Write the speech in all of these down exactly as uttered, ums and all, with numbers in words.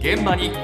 現場に今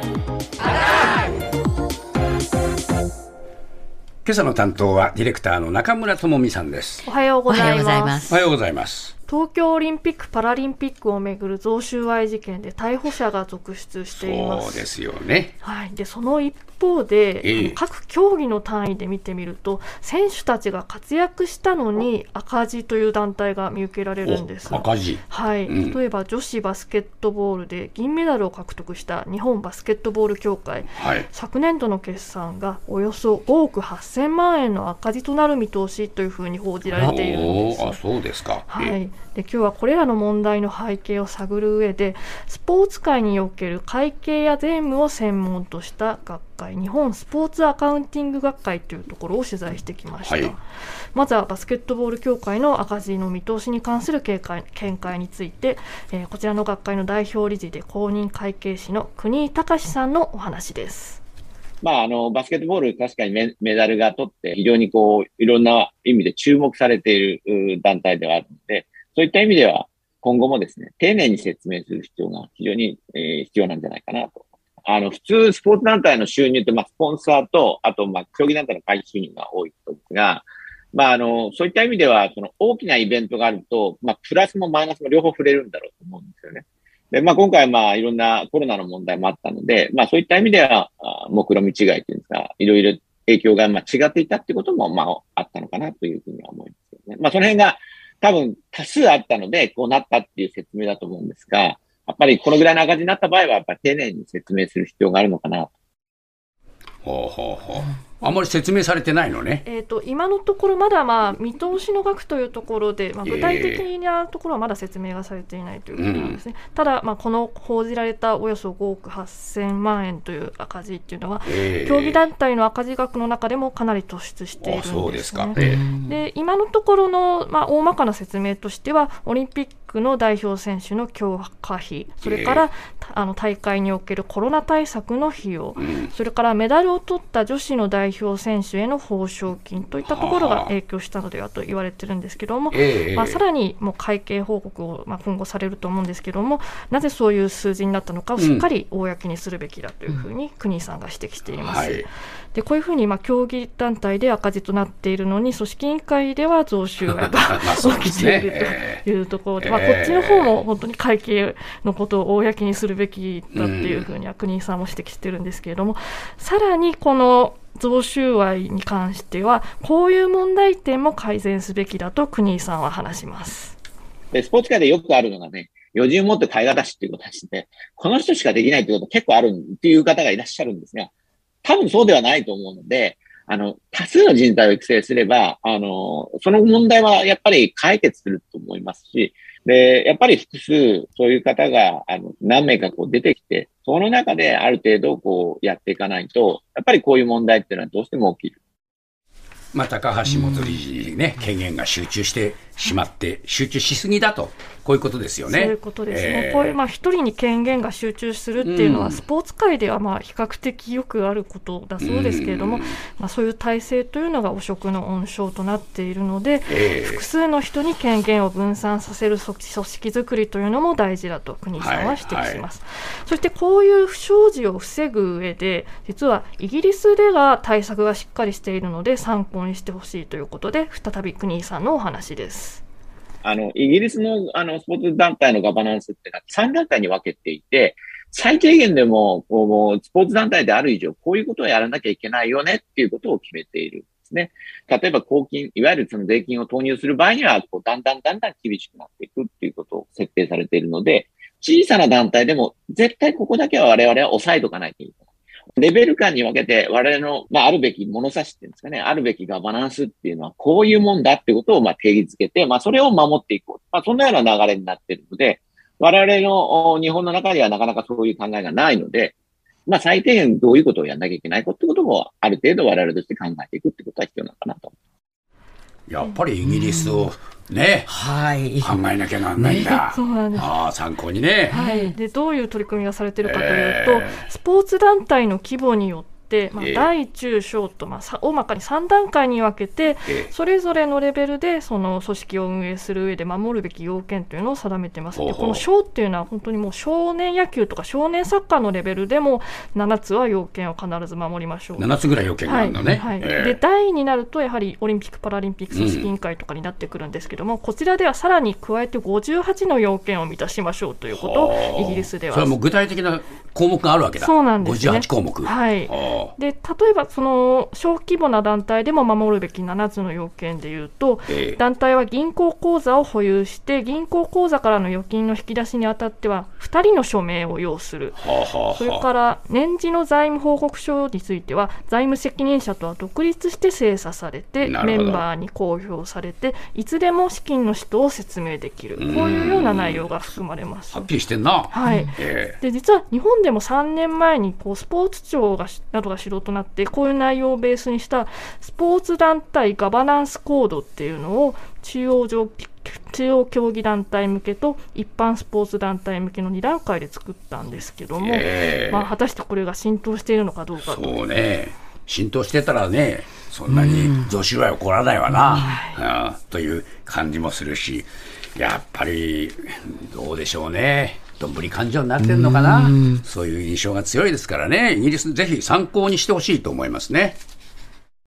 朝の担当はディレクターの中村智美さんです。 おはようございます。 おはようございます。 東京オリンピック・パラリンピックをめぐる贈収賄事件で逮捕者が続出しています。 そうですよね、 はい、でその一方で、 ええ、 各競技の単位で見てみると選手たちが活躍したのに赤字という団体が見受けられるんです。 赤字、 はい、うん、例えば女子バスケットボールで銀メダルを獲得した日本バスケットボール協会、はい、昨年度の決算がおよそごおくはっせんまんえんの赤字となる見通しというふうに報じられているんです。 あ、そうですか。 はい、で今日はこれらの問題の背景を探る上でスポーツ界における会計や税務を専門とした学会、日本スポーツアカウンティング学会というところを取材してきました。はい、まずはバスケットボール協会の赤字の見通しに関する見解、見解について、えー、こちらの学会の代表理事で公認会計士の国井隆さんのお話です。 まあ、あの、バスケットボール、確かに メ, メダルが取って、非常にこう、いろんな意味で注目されている団体ではあるので、そういった意味では、今後もですね、丁寧に説明する必要が非常に、えー、必要なんじゃないかなと。あの、普通、スポーツ団体の収入って、まあ、スポンサーと、あと、まあ、競技団体の会費収入が多いとですが、まあ、あの、そういった意味では、その、大きなイベントがあると、まあ、プラスもマイナスも両方触れるんだろうと思うんですよね。で、まあ、今回、まあ、いろんなコロナの問題もあったので、まあ、そういった意味では、目論見違いというんですか、いろいろ影響が、まあ、違っていたってことも、まあ、あったのかなというふうには思いますよね。まあ、その辺が、多分、多数あったので、こうなったっていう説明だと思うんですが、やっぱりこのぐらいの赤字になった場合は、やっぱり丁寧に説明する必要があるのかなと。 ほうほうほう。あんまり説明されてないのね。 えーと、今のところまだまあ見通しの額というところで、まあ、具体的なところはまだ説明がされていないということなんですね。うん、ただ、まあ、この報じられたおよそごおくはっせんまんえんという赤字というのは、えー、競技団体の赤字額の中でもかなり突出しているんですね。 そうですか。えー、 で今のところの、まあ、大まかな説明としては、オリンピックの代表選手の強化費、それから、えー、あの大会におけるコロナ対策の費用、うん、それからメダルを取った女子の代表選手への報奨金といったところが影響したのではと言われているんですけども、えーまあ、さらにもう会計報告を、まあ、今後されると思うんですけども、なぜそういう数字になったのかをしっかり公にするべきだというふうに国井さんが指摘しています。うんはい、でこういうふうに、まあ、競技団体で赤字となっているのに、組織委員会では増収が起きているというところで、まあ、こっちの方も本当に会計のことを公にするべきだっていうふうには国井さんも指摘しているんですけれども、さらにこの贈収賄に関してはこういう問題点も改善すべきだと国井さんは話します。 でスポーツ界でよくあるのがね、余人を持って買い方しっていうことですね。この人しかできないってこと結構あるっていう方がいらっしゃるんですが、多分そうではないと思うので、あの、多数の人材を育成すれば、あの、その問題はやっぱり解決すると思いますし、で、やっぱり複数、そういう方が、あの、何名かこう出てきて、その中である程度こうやっていかないと、やっぱりこういう問題っていうのはどうしても起きる。 まあ、高橋元理事にね、権限が集中してしまって、集中しすぎだと、こういうことですよね。 そういうことですね。えー、こういうまあ一人に権限が集中するっていうのは、うん、スポーツ界ではまあ比較的よくあることだそうですけれども、うんまあ、そういう体制というのが汚職の温床となっているので、えー、複数の人に権限を分散させる組織作りというのも大事だと国井さんは指摘します。はいはい、そしてこういう不祥事を防ぐ上で、実はイギリスでは対策がしっかりしているので参考にしてほしいということで、再び国井さんのお話です。 あの、イギリスの、あの、スポーツ団体のガバナンスってのはさん団体に分けていて、最低限でも、こう、スポーツ団体である以上、こういうことをやらなきゃいけないよねっていうことを決めているんですね。例えば、公金、いわゆるその税金を投入する場合には、こう、だんだんだんだん厳しくなっていくっていうことを設定されているので、小さな団体でも、絶対ここだけは我々は抑えとかないといけない。レベル感に分けて我々の、まあ、あるべき物差しっていうんですかね、あるべきガバナンスっていうのはこういうもんだってことをまあ定義づけて、まあそれを守っていこう。まあそんなような流れになっているので、我々の日本の中ではなかなかそういう考えがないので、まあ最低限どういうことをやんなきゃいけないかってこともある程度我々として考えていくってことは必要なのかなと。 やっぱりイギリスをね、はい、考えなきゃなんないんだ。 そうなんです。 ああ、参考にね。 はい。で、どういう取り組みがされているかというと、えー、スポーツ団体の規模によってて、まあ、 えー、 大中小と、まあ、大まかにさん段階に分けて、えー、それぞれのレベルでその組織を運営する上で守るべき要件というのを定めています。でこの小っていうのは本当にもう少年野球とか少年サッカーのレベルでもななつは要件を必ず守りましょう。 ななつぐらい要件があるのね、 はいはい、 えー、 で大になるとやはりオリンピック・パラリンピック組織委員会とかになってくるんですけども、うん、こちらではさらに加えてごじゅうはちの要件を満たしましょうということをイギリスでは。 それはもう具体的な項目があるわけだ。 そうなんですね、 ごじゅうはちこうもく、 はい、で例えばその小規模な団体でも守るべきななつの要件でいうと、えー、団体は銀行口座を保有して銀行口座からの預金の引き出しにあたってはふたりの署名を要する、はあはあ、それから年次の財務報告書については財務責任者とは独立して精査されてメンバーに公表されていつでも資金の使途を説明できる、こういうような内容が含まれます。 はっきりしてんな、 はい、えー、で実は日本でもさんねんまえにこうスポーツ庁がなどが主導となってこういう内容をベースにしたスポーツ団体ガバナンスコードっていうのを中央上中央競技団体向けと一般スポーツ団体向けのに段階で作ったんですけども、えーまあ、果たしてこれが浸透しているのかどうかと。 そうね、浸透してたらねそんなに常習は起こらないわな、うんうん、という感じもするし、やっぱりどうでしょうね、どんぶり勘定になってるのかな、そういう印象が強いですからね、イギリスぜひ参考にしてほしいと思いますね。